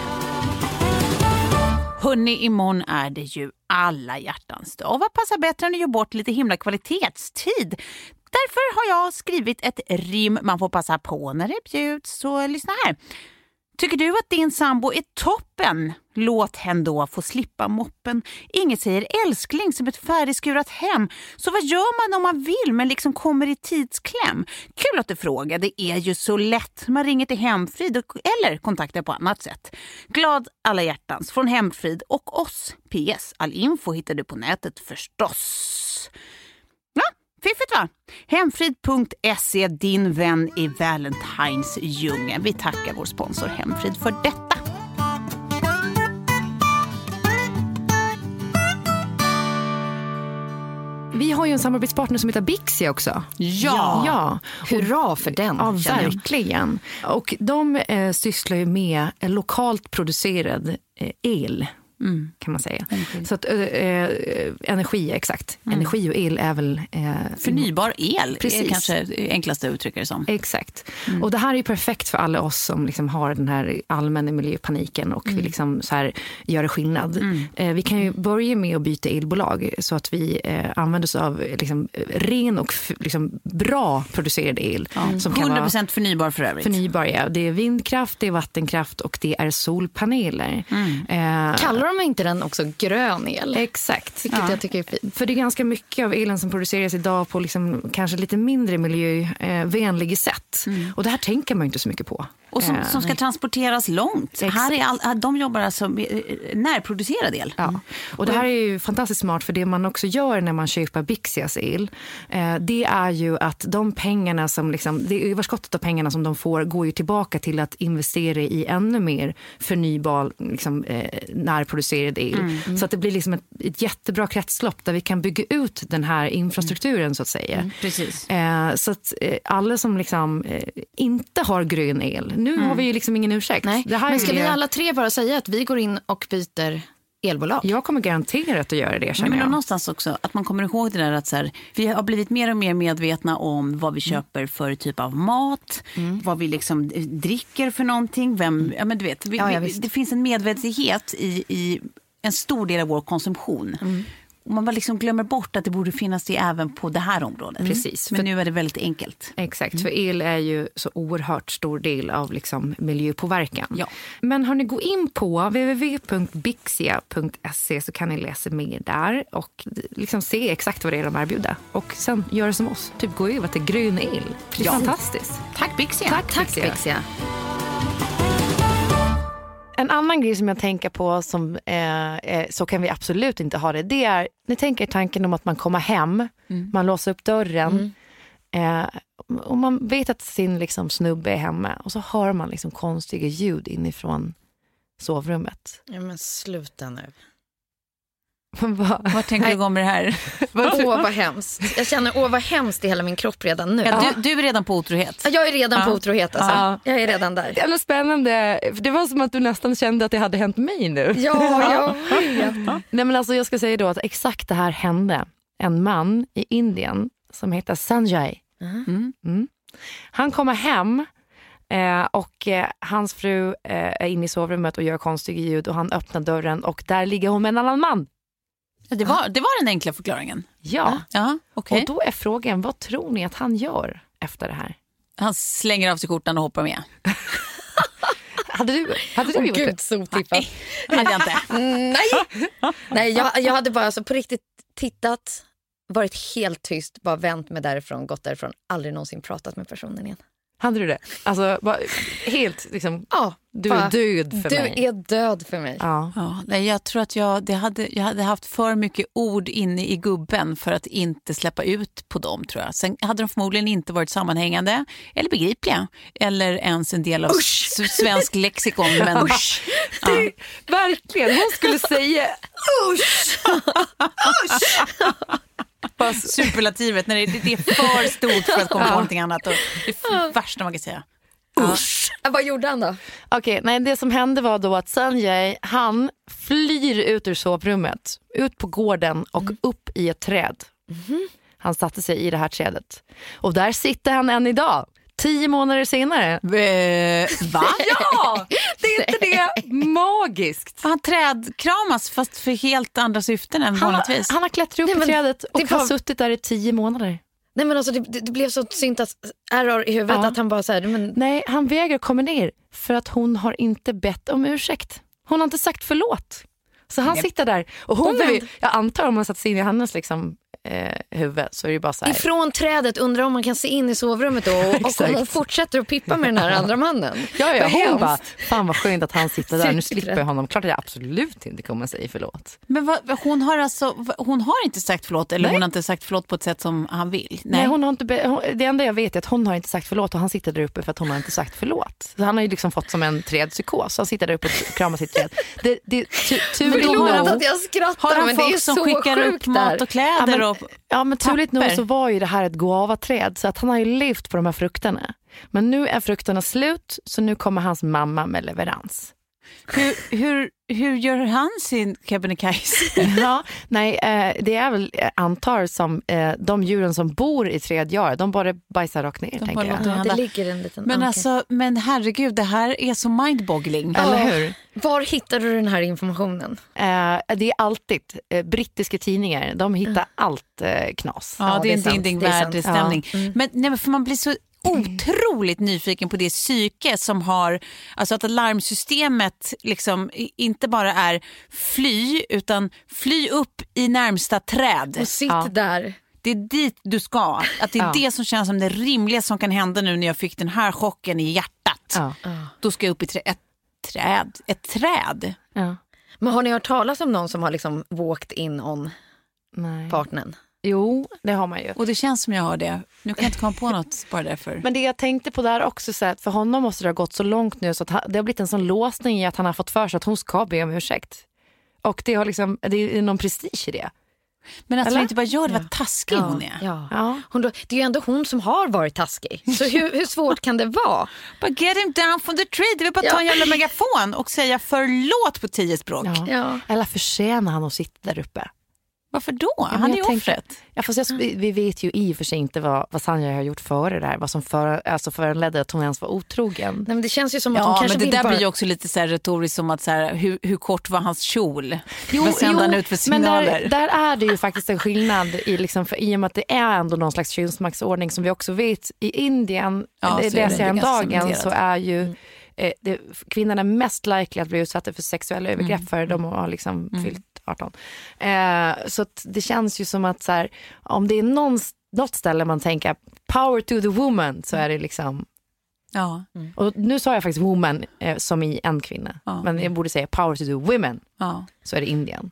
Hörrni, imorgon är det ju alla hjärtans dag. Och vad passar bättre än att ge bort lite himla kvalitetstid? Därför har jag skrivit ett rim man får passa på när det bjuds. Så lyssna här. Tycker du att din sambo är toppen? Låt henne då få slippa moppen. Inget säger älskling som ett färdigskurat hem. Så vad gör man om man vill men liksom kommer i tidskläm? Kul att du frågar, det är ju så lätt. Man ringer till Hemfrid och, eller kontaktar på annat sätt. Glad alla hjärtans från Hemfrid och oss. P S. All info hittar du på nätet förstås. Ja, fiffigt va? Hemfrid punkt se, din vän i Valentines djungeln. Vi tackar vår sponsor Hemfrid för detta. Vi har har ju en samarbetspartner som heter Bixia också. Ja, ja. Hurra för den. Ja, verkligen. Och de eh, sysslar ju med eh, lokalt producerad eh, el. Mm. Kan man säga. Energi. Så att, äh, äh, energi, exakt. Mm. Energi och el är väl... Äh, förnybar el. Precis. Är kanske enklaste uttrycker det som. Exakt. Mm. Och det här är ju perfekt för alla oss som liksom har den här allmänna miljöpaniken och mm. vill liksom så här göra skillnad. Mm. Äh, vi kan ju börja med att byta elbolag så att vi äh, använder oss av liksom, ren och f- liksom, bra producerad el. Mm. Som kan hundra procent vara förnybar för övrigt. Förnybar, ja. Det är vindkraft, det är vattenkraft och det är solpaneler. Mm. Äh, Kallar de inte den också grön el? Exakt. Vilket ja. jag tycker är fint. För det är ganska mycket av elen som produceras idag på liksom, kanske lite mindre miljövänliga sätt. Mm. Och det här tänker man inte så mycket på. Och som, som ska transporteras långt. Här är all, de jobbar alltså med närproducerad el. Ja. Och det här är ju fantastiskt smart, för det man också gör när man köper Bixias el, eh, det är ju att de pengarna som liksom, det överskottet av pengarna som de får går ju tillbaka till att investera i ännu mer förnybar liksom, eh, närproducerad el. Mm. Så att det blir liksom ett, ett jättebra kretslopp där vi kan bygga ut den här infrastrukturen mm. så att säga. Mm. Precis. Eh, så att eh, alla som liksom eh, inte har grön el, nu mm. har vi ju liksom ingen ursäkt. Nej. Det här Men ska vi vi alla tre bara säga att vi går in och byter elbolag? Jag kommer garanterat att göra det, känner men jag. Någonstans också, att man kommer ihåg det där att så här, vi har blivit mer och mer medvetna om vad vi köper mm. för typ av mat, mm. vad vi liksom dricker för någonting, vem, mm. ja men du vet, vi, ja, vi, det finns en medvetenhet i, i en stor del av vår konsumtion. Mm. Och man bara liksom glömmer bort att det borde finnas det även på det här området. Mm. Precis. Men för, nu är det väldigt enkelt. Exakt, mm. för el är ju så oerhört stor del av liksom miljöpåverkan. Ja. Men har ni gå in på w w w punkt bixia punkt se så kan ni läsa mer där och liksom se exakt vad det är de erbjuder. Och sen göra som oss, typ gå över till grön el. Det är ja. fantastiskt. Tack Bixia. Tack, Tack Bixia. Bixia. En annan grej som jag tänker på som eh, så kan vi absolut inte ha det. Det är, ni tänker tanken om att man kommer hem, mm. man låser upp dörren mm. eh, och man vet att sin liksom, snubbe är hemma och så hör man liksom konstiga ljud inifrån sovrummet. Ja men sluta nu. Vad, vad tänker du om det här? Åh, vad hemskt. Jag känner, åh vad hemskt i hela min kropp redan nu. Ja, du, du är redan på otrohet. Ja, jag är redan ja. på otrohet alltså. Ja. Jag är redan där. Det är spännande. För det var som att du nästan kände att det hade hänt mig nu. Ja, ja. ja. Nej, men alltså jag ska säga då att exakt det här hände. En man i Indien som heter Sanjay. Mm. Mm. Han kommer hem eh, och eh, hans fru eh, är inne i sovrummet och gör konstiga ljud och han öppnar dörren och där ligger hon med en annan man. Ja, det, var, det var den enkla förklaringen. Ja, ja okay. Och då är frågan, vad tror ni att han gör efter det här? Han slänger av sig korten och hoppar med. hade du, hade du oh, gjort Gud, det? Så tippat. Nej, hade jag inte. Nej, Nej jag, jag hade bara alltså på riktigt tittat, varit helt tyst, bara vänt mig därifrån, gått därifrån, aldrig någonsin pratat med personen igen. Hade du det? Alltså, bara, helt liksom, ja, du är död för du mig. Du är död för mig. Ja. Ja, nej, jag tror att jag, det hade, jag hade haft för mycket ord inne i gubben för att inte släppa ut på dem, tror jag. Sen hade de förmodligen inte varit sammanhängande eller begripliga eller ens en del av s- svensk lexikon. Men, usch! Ja. Det, verkligen, hon skulle säga usch! Usch! Superlativet när det, det är för stort för att komma på ja. någonting annat och det är värsta man kan säga. Usch. Ja. Vad gjorde han då? Okej, nej, det som hände var då att Sanjay, han flyr ut ur sovrummet, ut på gården och mm. upp i ett träd. Mm. Han satte sig i det här trädet. Och där sitter han än idag. Tio månader senare. Va? Ja, det är inte det magiskt. Han trädkramas fast för helt andra syften än han, vanligtvis. Han har klättrat upp Nej, i trädet och har var... suttit där i tio månader. Nej men alltså det, det blev så synt att error i huvudet ja. att han bara så här, men... Nej, han vägrar komma ner för att hon har inte bett om ursäkt. Hon har inte sagt förlåt. Så han yep. sitter där och hon och vill, jag antar om man satt sig in i hennes liksom eh, huvud så är det bara så här. Ifrån trädet undrar om man kan se in i sovrummet då och, och om hon fortsätter att pippa med den här andra mannen. Ja, ja, hon bara, fan vad skönt att han sitter där, nu slipper jag honom. Klart att jag absolut inte kommer säga förlåt. Men vad, hon har alltså, hon har inte sagt förlåt eller Nej. hon har inte sagt förlåt på ett sätt som han vill? Nej, Nej hon har inte, be- hon, det enda jag vet är att hon har inte sagt förlåt och han sitter där uppe för att hon har inte sagt förlåt. Så han har ju liksom fått som en trädpsykos, han sitter där uppe och kramar sitt träd. Det, det, tu, tu, Förlåt att jag skrattar, har han men folk det är som så skickar upp mat och kläder ja, men, och på Ja, men turligt nog papper. så var ju det här ett guavaträd, så att han har ju levt på de här frukterna. Men nu är frukterna slut, så nu kommer hans mamma med leverans. Hur, hur, hur gör han sin Kebnekaise? Ja, nej, eh, det är väl eh, antar som eh, de djuren som bor i tredjar, de bara bajsar rakt ner, tänker bara jag. låter Ja, det ligger en liten Men anka. alltså, men herregud, det här är så mindboggling. Eller hur? Var hittar du den här informationen? Eh, det är alltid eh, brittiska tidningar, de hittar allt eh, knas. Ja, Ja, det är det är en sant, ding det är värd sant. stämning. Ja. Mm. Men, nej, men för man blir så otroligt nyfiken på det psyke som har, alltså att larmsystemet liksom inte bara är fly, utan fly upp i närmsta träd. Och sitt Ja. där. Det är dit du ska. Att det är Ja. det som känns som det rimliga som kan hända nu när jag fick den här chocken i hjärtat. Ja. Då ska jag upp i trä- ett träd. Ett träd. Ja. Men har ni hört talas om någon som har liksom walked in on Nej. partnern? Jo, det har man ju. Och det känns som jag har det. Nu kan jag inte komma på något bara därför. Men det jag tänkte på där också, så att för honom måste det ha gått så långt nu så att han, det har blivit en sån låsning i att han har fått för sig att hon ska be om ursäkt. Och det har liksom, det är någon prestige i det. Men att Eller? hon inte bara gör det, vad taskig hon är. Ja. Ja. Hon då, det är ju ändå hon som har varit taskig. Så hur, hur svårt kan det vara? Bara get him down from the tree. Det vill bara ta Ja. en jävla megafon och säga förlåt på tio språk. Ja. Ja. Eller förtjänar han att sitta där uppe? Varför då? men Han är ju jag tänker- offret. Ja, fast jag, vi, vi vet ju i och för sig inte vad, vad Sanja har gjort före det här. Vad som för, alltså föranledde att hon ens var otrogen. Nej, men det känns ju som att hon Ja, kanske men det vill där bara... blir ju också lite så här retoriskt som att så här, hur, hur kort var hans kjol? Jo, Vad sände han jo, ut för men signaler? där, där är det ju faktiskt en skillnad i, liksom, för, i och med att det är ändå någon slags könsmaktsordning som vi också vet i Indien. Ja, det så är det läser jag en ganska dagen cementerat. så är ju eh, det, kvinnorna är mest likely att bli utsatta för sexuella övergrepp Mm. för de har liksom fyllt arton. Eh, så att det känns ju som att så här, om det är någon, något ställe man tänker power to the woman, så är det liksom. Ja. Och nu sa jag faktiskt woman eh, som i en kvinna. Ja. Men jag borde säga power to the women, Ja. så är det Indien.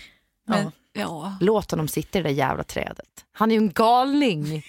Men, ja. Låt honom sitta i det där jävla trädet. Han är ju en galning.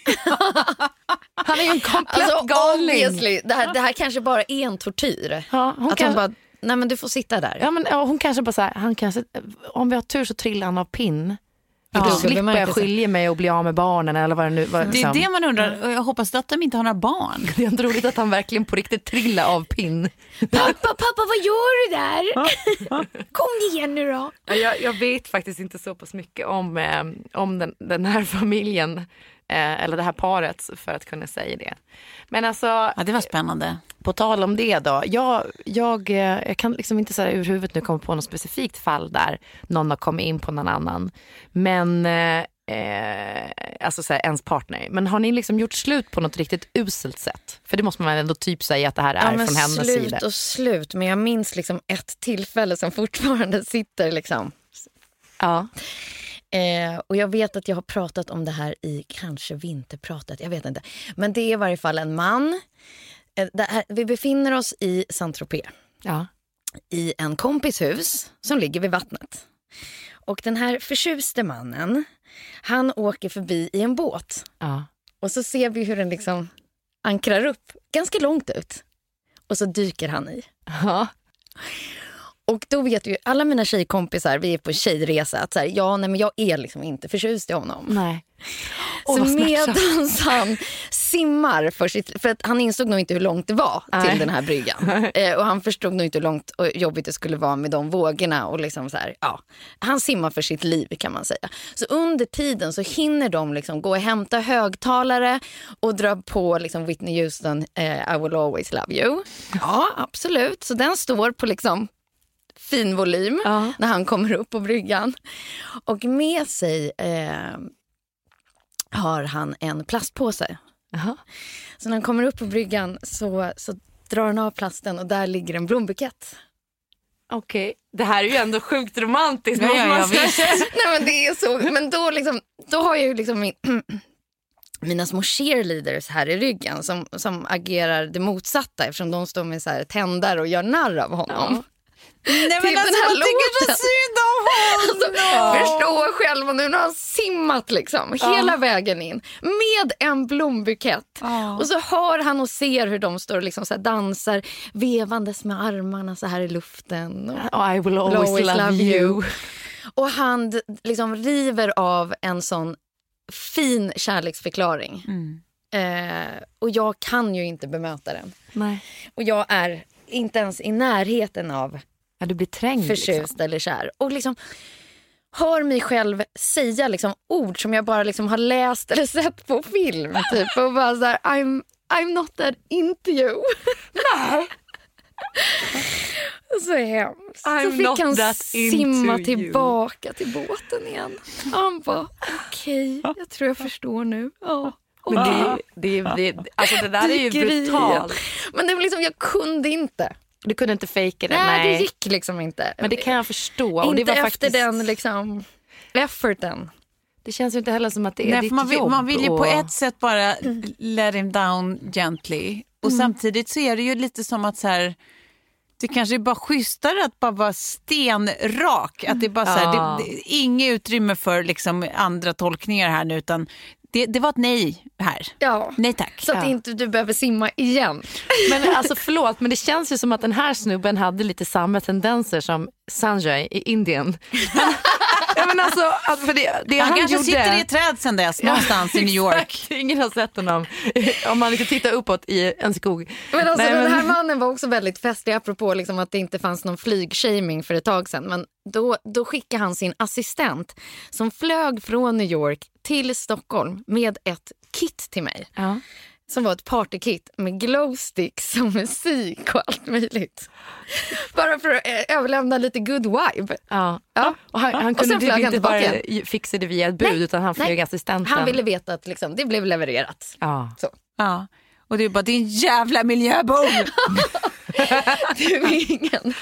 Han är ju en komplett Alltså, galning. obviously, det här, det här kanske bara är en tortyr. Ja, hon att kan, hon bara, nej men du får sitta där. ja, men, ja, hon kanske bara så här, han kanske, om vi har tur så trillar han av pinn. Ja. Då slipper jag Bemärkelse. skilja mig och bli av med barnen eller vad det nu var. Det Liksom. är det man undrar. Och jag hoppas att de inte har några barn. Det är inte roligt att han verkligen på riktigt trillar av pinn. Pappa, pappa, vad gör du där? Kom igen nu då. Ja, Jag, jag vet faktiskt inte så pass mycket om, eh, om den, den här familjen eh, eller det här paret för att kunna säga det. Men alltså, Ja, det var spännande. på tal om det då, jag, jag, eh, jag kan liksom inte så här ur huvudet nu komma på något specifikt fall där någon har kommit in på någon annan. Men eh, eh, alltså så här, ens partner. Men har ni liksom gjort slut på något riktigt uselt sätt? För det måste man ändå typ säga att det här är Ja, men från hennes slut sida. och slut. Men jag minns liksom ett tillfälle som fortfarande sitter liksom. Ja. Eh, och jag vet att jag har pratat om det här i kanske vinterpratet, jag vet inte. Men det är i varje fall en man. Eh, det här, vi befinner oss i Saint-Tropez. Ja. I en kompis hus som ligger vid vattnet. Och den här förtjuste mannen, han åker förbi i en båt. Ja. Och så ser vi hur den liksom ankrar upp ganska långt ut. Och så dyker han i. Ja. Och då vet ju alla mina tjejkompisar, vi är på tjejresa, att så här, ja, nej, men jag är liksom inte förtjust i honom. Nej. Åh, Så vad smärtsamt. medans han simmar för sitt, för att han insåg nog inte hur långt det var till Nej. den här bryggan. Eh, och han förstod nog inte hur långt och jobbigt det skulle vara med de vågorna och liksom så här, ja. Han simmar för sitt liv kan man säga. Så under tiden så hinner de liksom gå och hämta högtalare och dra på liksom Whitney Houston, eh, I will always love you. Ja, absolut. Så den står på liksom fin volym Ja. när han kommer upp på bryggan. Och med sig eh, har han en plastpåse. Jaha. Så när han kommer upp på bryggan så, så drar han av plasten och där ligger en blombukett. Okej, det här är ju ändå sjukt romantiskt. Ja, måste ja, man ja, säga. visst. Nej, men det är så. Men då, liksom, då har jag ju liksom min, mina små cheerleaders här i ryggen som, som agerar det motsatta eftersom de står med så här tändare och gör narr av honom. Nej, men Till alltså, den här jag tycker så låten. synd om honom. Alltså, förstå själv, och nu har han simmat liksom hela vägen in med en blombukett. Ja. Och så hör han och ser hur de står och liksom så här dansar vevandes med armarna så här i luften. Och, Oh, I will always, Always love, love you. you. och han d- liksom river av en sån fin kärleksförklaring. Mm. Eh, och jag kan ju inte bemöta den. Nej. Och jag är inte ens i närheten av Ja, du blir trängd. förtjust Liksom. eller kär. Och liksom hör mig själv säga liksom ord som jag bara liksom har läst eller sett på film. Typ. Och bara så här, I'm, I'm not that into you. Nej. Så hemskt. I'm så fick not han that simma into tillbaka you. Till båten igen. Han bara, okej, okay, jag tror jag förstår nu. Ja. Men det, det, det, alltså det där är ju brutalt. Men det var liksom, jag kunde inte. Du kunde inte fejka det. Nej, nej, det gick liksom inte. Men det kan jag förstå. Inte och det var efter faktiskt... den liksom efforten. Det känns ju inte heller som att det är Nej, ditt man vill, jobb. Man vill ju och... på ett sätt bara let him down gently. Och mm. samtidigt så är det ju lite som att så här, det kanske är bara schysstare att bara vara stenrak. Att det är bara ja. så här, det, det, inget utrymme för liksom andra tolkningar här nu, utan det, det var ett nej här. Ja. Nej tack. Så att ja. inte du behöver simma igen. Men alltså förlåt, men det känns ju som att den här snubben hade lite samma tendenser som Sanjay i Indien. Ja, men alltså, för det, det han, han kanske gjorde... sitter i ett träd sedan dess, någonstans ja, i New York. Ingen har sett honom. Om man inte tittar uppåt i en skog. Men alltså, Nej, den här men... mannen var också väldigt festlig, apropå liksom att det inte fanns någon flygshaming för ett tag sedan. Men då, då skickade han sin assistent som flög från New York till Stockholm med ett kit till mig. Ja. Som var ett partykit med glowsticks och musik och allt möjligt. Bara för att eh, överlämna lite good vibe. Ja. Ja. Och han, han kunde typ inte bara fixa det via ett bud, nej, utan han flög assistenten. Han ville veta att liksom, det blev levererat. Ja. Så. Ja. Och det är bara din jävla miljöbov. Du är ingen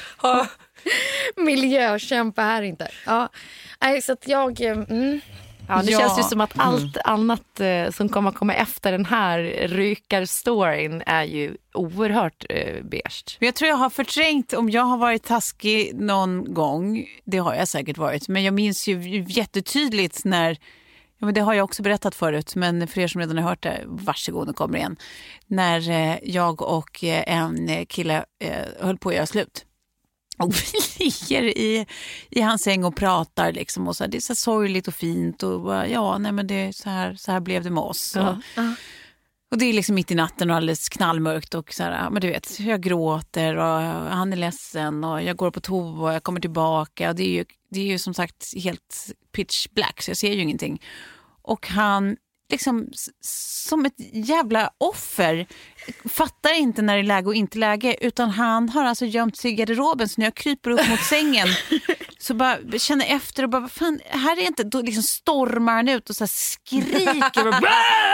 miljökämpa här inte. Ja. Nej, så att jag... Mm. Ja, det ja. känns ju som att allt mm. annat eh, som kommer komma efter den här rykarstoryn är ju oerhört eh, beige. Jag tror jag har förträngt om jag har varit taskig någon gång. Det har jag säkert varit. Men jag minns ju jättetydligt när... Ja, men det har jag också berättat förut. Men för er som redan har hört det, varsågod, nu kommer igen. När eh, jag och eh, en kille eh, höll på att göra slut. Och vi ligger i, i hans säng och pratar liksom, och så här, det är så sorgligt och fint och bara, ja, nej men det är så här, så här blev det med oss. Uh-huh. Och, uh-huh. och det är liksom mitt i natten och alldeles knallmörkt och så här, men du vet, jag gråter och han är ledsen och jag går på toa och jag kommer tillbaka och det är ju, det är ju som sagt helt pitch black, så jag ser ju ingenting. Och han liksom som ett jävla offer fattar inte när det är läge och inte läge, utan han har alltså gömt sig i garderoben, så när jag kryper upp mot sängen så bara känner efter och bara, vad fan, här är inte, då liksom stormar han ut och så här skriker och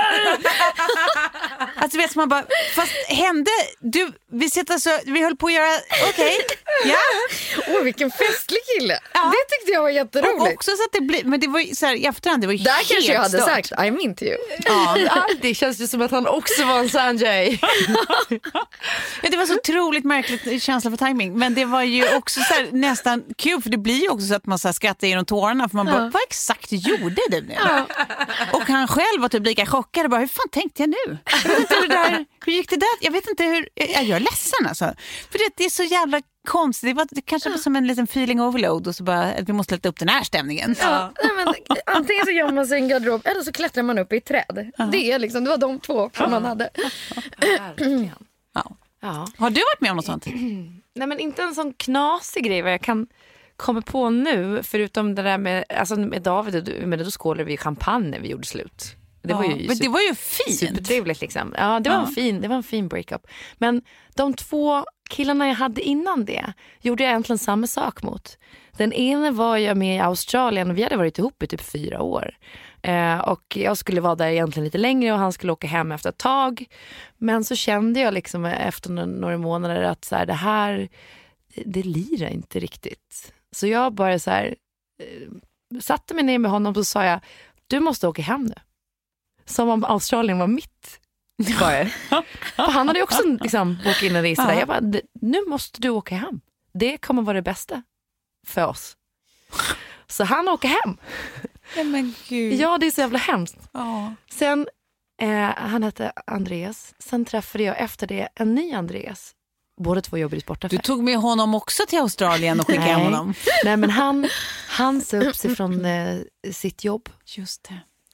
alltså vet man bara, fast hände du, vi sitter så, vi höll på att göra, okej, okay, ja. Åh, vilken festlig kille. Ja. Det tyckte jag var jätteroligt. Och också så att det blir, men det var ju så här i efterhand, det var ju där helt kanske jag hade stört. sagt, I'm into you. Ja, det känns ju som att han också var en Sanjay. Ja, det var så otroligt märkligt känsla för timing, men det var ju också så här, nästan kul, för det blir ju också så att man så här skrattar genom tårarna, för man bara, ja. Vad exakt gjorde du nu? Ja. Och han själv var typ lika chockad och bara, hur fan tänkte jag nu? Jag vet inte hur, det där, hur gick det där? Jag vet inte hur, jag är ledsen alltså. För det, det är så jävla konstigt, det var det kanske var som en liten feeling overload och så bara, att vi måste lätta upp den här stämningen. Ja. Nej, men, antingen så gör man sig en garderob eller så klättrar man upp i ett träd. Ja. Det är liksom, det var de två som man hade. Ja. Ja. Har du varit med om något sånt? Nej, men inte en sån knasig grej vad jag kan komma på nu, förutom det där med, alltså med David, men då skålade vi champagne när vi gjorde slut. Det ja, var ju men super, det var ju fint. Supertrevligt liksom. Ja, det var, ja. en fin, det var en fin breakup. Men de två killarna jag hade innan det gjorde jag egentligen samma sak mot. Den ena var jag med i Australien och vi hade varit ihop i typ fyra år. Eh, och jag skulle vara där egentligen lite längre och han skulle åka hem efter ett tag. Men så kände jag liksom efter några månader att så här, det här, det lirar inte riktigt. Så jag bara så här, eh, satte mig ner med honom och så sa jag, du måste åka hem nu. Som om Australien var mitt. Han hade ju också liksom bokat in en resa där. Jag bara, nu måste du åka hem. Det kommer vara det bästa för oss. Så han åker hem. Ja, men gud. Ja, det är så jävla hemskt. Ja. Sen, eh, han hette Andreas. Sen träffade jag efter det en ny Andreas. Båda två jobbade i sportaffär. Du tog med honom också till Australien och skickade hem honom. Nej, men han, han sa upp sig från eh, sitt jobb. Just det.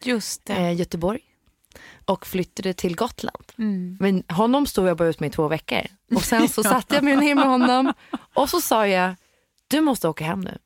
Just det. Eh, Göteborg. Och flyttade till Gotland. Mm. Men honom stod jag bara ut med i två veckor. Och sen så satte jag mig ner med honom. Och så sa jag, du måste åka hem nu.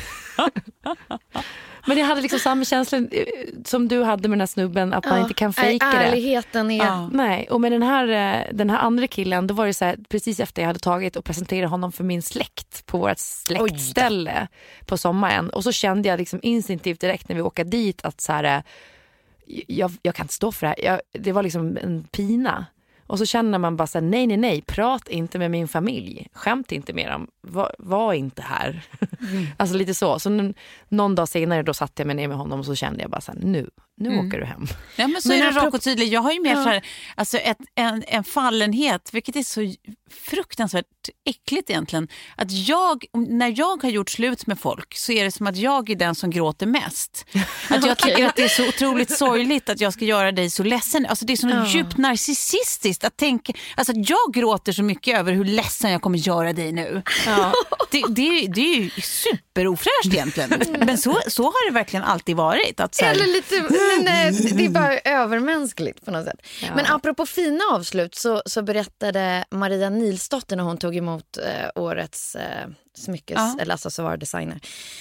Men jag hade liksom samma känsla som du hade med den här snubben, att man ja, inte kan fejka det. Ärligheten är... Ja. Nej, och med den här, den här andra killen, då var det så här, precis efter jag hade tagit och presenterat honom för min släkt på vårt släktställe på sommaren. Och så kände jag liksom instinktivt direkt när vi åkte dit att så här, jag, jag kan inte stå för det här. Jag, det var liksom en pina. Och så känner man bara så här, nej, nej, nej, prat inte med min familj. Skämt inte med dem. Var, var inte här. Mm. Alltså lite så. Så n- någon dag senare då satt jag mig ner med honom och så kände jag bara så här, nu, nu mm. åker du hem. Ja, men så men är det rak och tydligt. Jag har ju mer ja. så här, alltså ett, en, en fallenhet, vilket är så fruktansvärt äckligt egentligen. Att jag, när jag har gjort slut med folk så är det som att jag är den som gråter mest. Att jag okay. tycker att det är så otroligt sorgligt att jag ska göra dig så ledsen. Alltså det är så ja. djupt narcissistiskt att tänka, alltså att jag gråter så mycket över hur ledsen jag kommer göra dig nu. Ja. Det, det, det är ju superofräscht egentligen. Men så, så har det verkligen alltid varit. Att så här... Eller lite, men, det är bara övermänskligt på något sätt. Ja. Men apropå fina avslut så, så berättade Maria Nilsdotter när hon tog emot eh, årets eh, smyckes, ja. eller alltså så var designer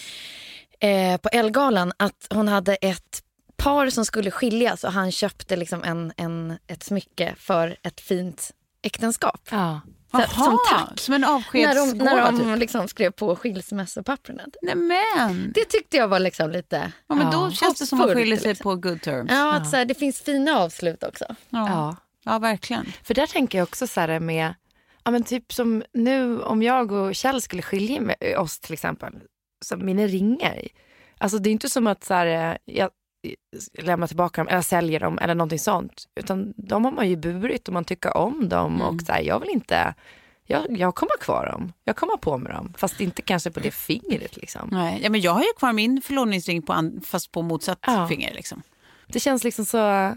eh, på Elgalan, att hon hade ett par som skulle skiljas och han köpte liksom en, en, ett smycke för ett fint äktenskap. Ja. Så, som tack. Som en avskedsgåva. När de, när de liksom skrev på skilsmässopapperna. Nämen. Det tyckte jag var liksom lite... Ja, men då ja. känns det som att man skiljer sig liksom. på good terms. Ja, att så här, det finns fina avslut också. Ja, ja. ja verkligen. För där tänker jag också så här med... Ja, men typ som nu om jag och Kjell skulle skilja med oss till exempel. Så mina ringar. Alltså det är inte som att så här, jag lämnar tillbaka dem eller säljer dem eller någonting sånt. Utan de har man ju burit och man tycker om dem. Mm. Och så här, jag vill inte... Jag, jag kommer kvar dem. Jag kommer på med dem. Fast inte kanske på det fingret liksom. Nej, ja, men jag har ju kvar min förlovningsring på an, fast på motsatt ja. finger liksom. Det känns liksom så eh,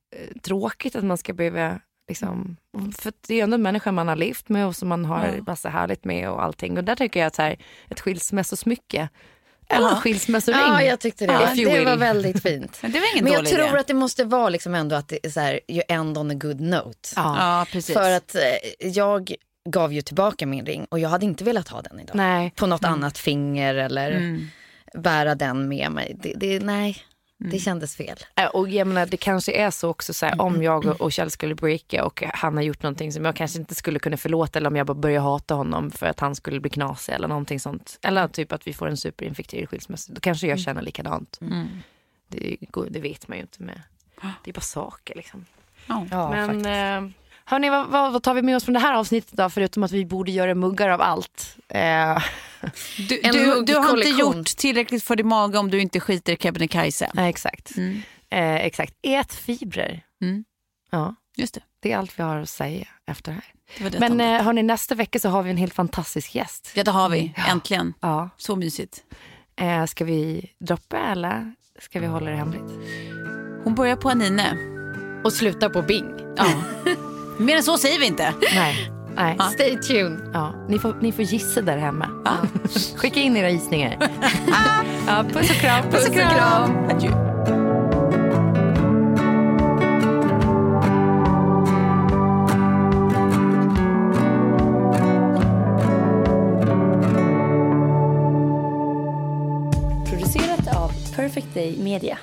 tråkigt att man ska behöva liksom, för det är ändå en människa man har levt med och som man har ja. massa härligt med och allting. Och där tycker jag att så här, ett skilsmässosmycke eller en skilsmässoring. Ja, jag tyckte det. Ja, det var väldigt fint. Men, det var ingen Men jag tror idé. att det måste vara liksom ändå att det är så här, you end on a good note. Ja, ja precis. För att eh, jag gav ju tillbaka min ring och jag hade inte velat ha den idag. Nej. På något mm. annat finger eller mm. bära den med mig. Det, det, nej, mm. det kändes fel. Och jag menar, det kanske är så också så här, om jag och Kjell skulle breaka och han har gjort någonting som jag kanske inte skulle kunna förlåta, eller om jag bara börjar hata honom för att han skulle bli knasig eller någonting sånt. Eller typ att vi får en superinfekterad skilsmässa. Då kanske jag känner likadant. Mm. Det, det vet man ju inte med. Det är bara saker liksom. Ja, Men... faktiskt. Hörrni, vad, vad tar vi med oss från det här avsnittet då? Förutom att vi borde göra muggar av allt. Eh. Du, du, du har inte gjort tillräckligt för din mage om du inte skiter i Kebnekaise. Nej, exakt. Mm. Eh, exakt. Ät fibrer. Mm. Ja, just det. Det är allt vi har att säga efter det här. Det var det Men eh, hörni, nästa vecka så har vi en helt fantastisk gäst. Ja, det har vi. Äntligen. Ja. Så mysigt. Eh, ska vi droppa eller ska vi hålla det hemligt? Hon börjar på Anine. Och slutar på Bing. Ja. Mer än så säger vi inte. Nej. Nej. Ja. Stay tuned. Ja. Ni, får, ni får gissa där hemma. Ja. Skicka in era gissningar. Ja, puss och kram. Puss och kram. Adjö. Producerat av Perfect Day Media.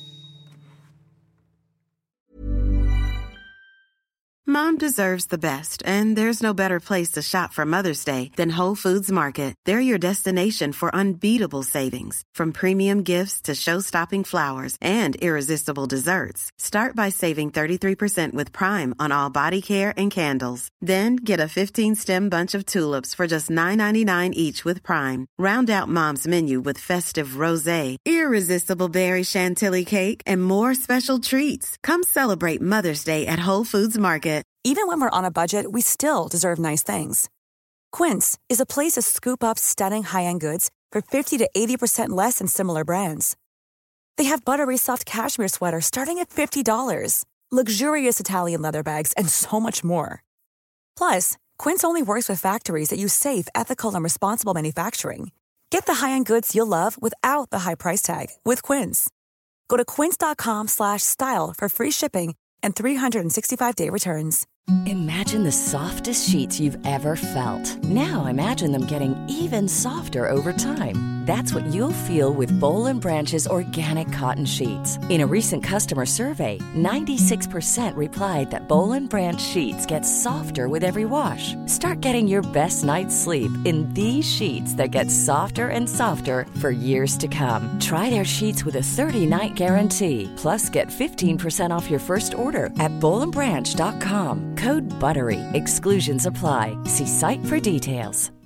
Mom deserves the best, and there's no better place to shop for Mother's Day than Whole Foods Market. They're your destination for unbeatable savings, from premium gifts to show-stopping flowers and irresistible desserts. Start by saving thirty-three percent with Prime on all body care and candles. Then get a fifteen-stem bunch of tulips for just nine ninety-nine each with Prime. Round out Mom's menu with festive rosé, irresistible berry chantilly cake, and more special treats. Come celebrate Mother's Day at Whole Foods Market. Even when we're on a budget, we still deserve nice things. Quince is a place to scoop up stunning high-end goods for fifty to eighty percent less than similar brands. They have buttery soft cashmere sweaters starting at fifty dollars, luxurious Italian leather bags, and so much more. Plus, Quince only works with factories that use safe, ethical, and responsible manufacturing. Get the high-end goods you'll love without the high price tag with Quince. Go to quince.com slash style for free shipping and three sixty-five day returns. Imagine the softest sheets you've ever felt. Now imagine them getting even softer over time. That's what you'll feel with Boll and Branch's organic cotton sheets. In a recent customer survey, ninety-six percent replied that Boll and Branch sheets get softer with every wash. Start getting your best night's sleep in these sheets that get softer and softer for years to come. Try their sheets with a thirty-night guarantee. Plus, get fifteen percent off your first order at boll and branch dot com. Code BUTTERY. Exclusions apply. See site for details.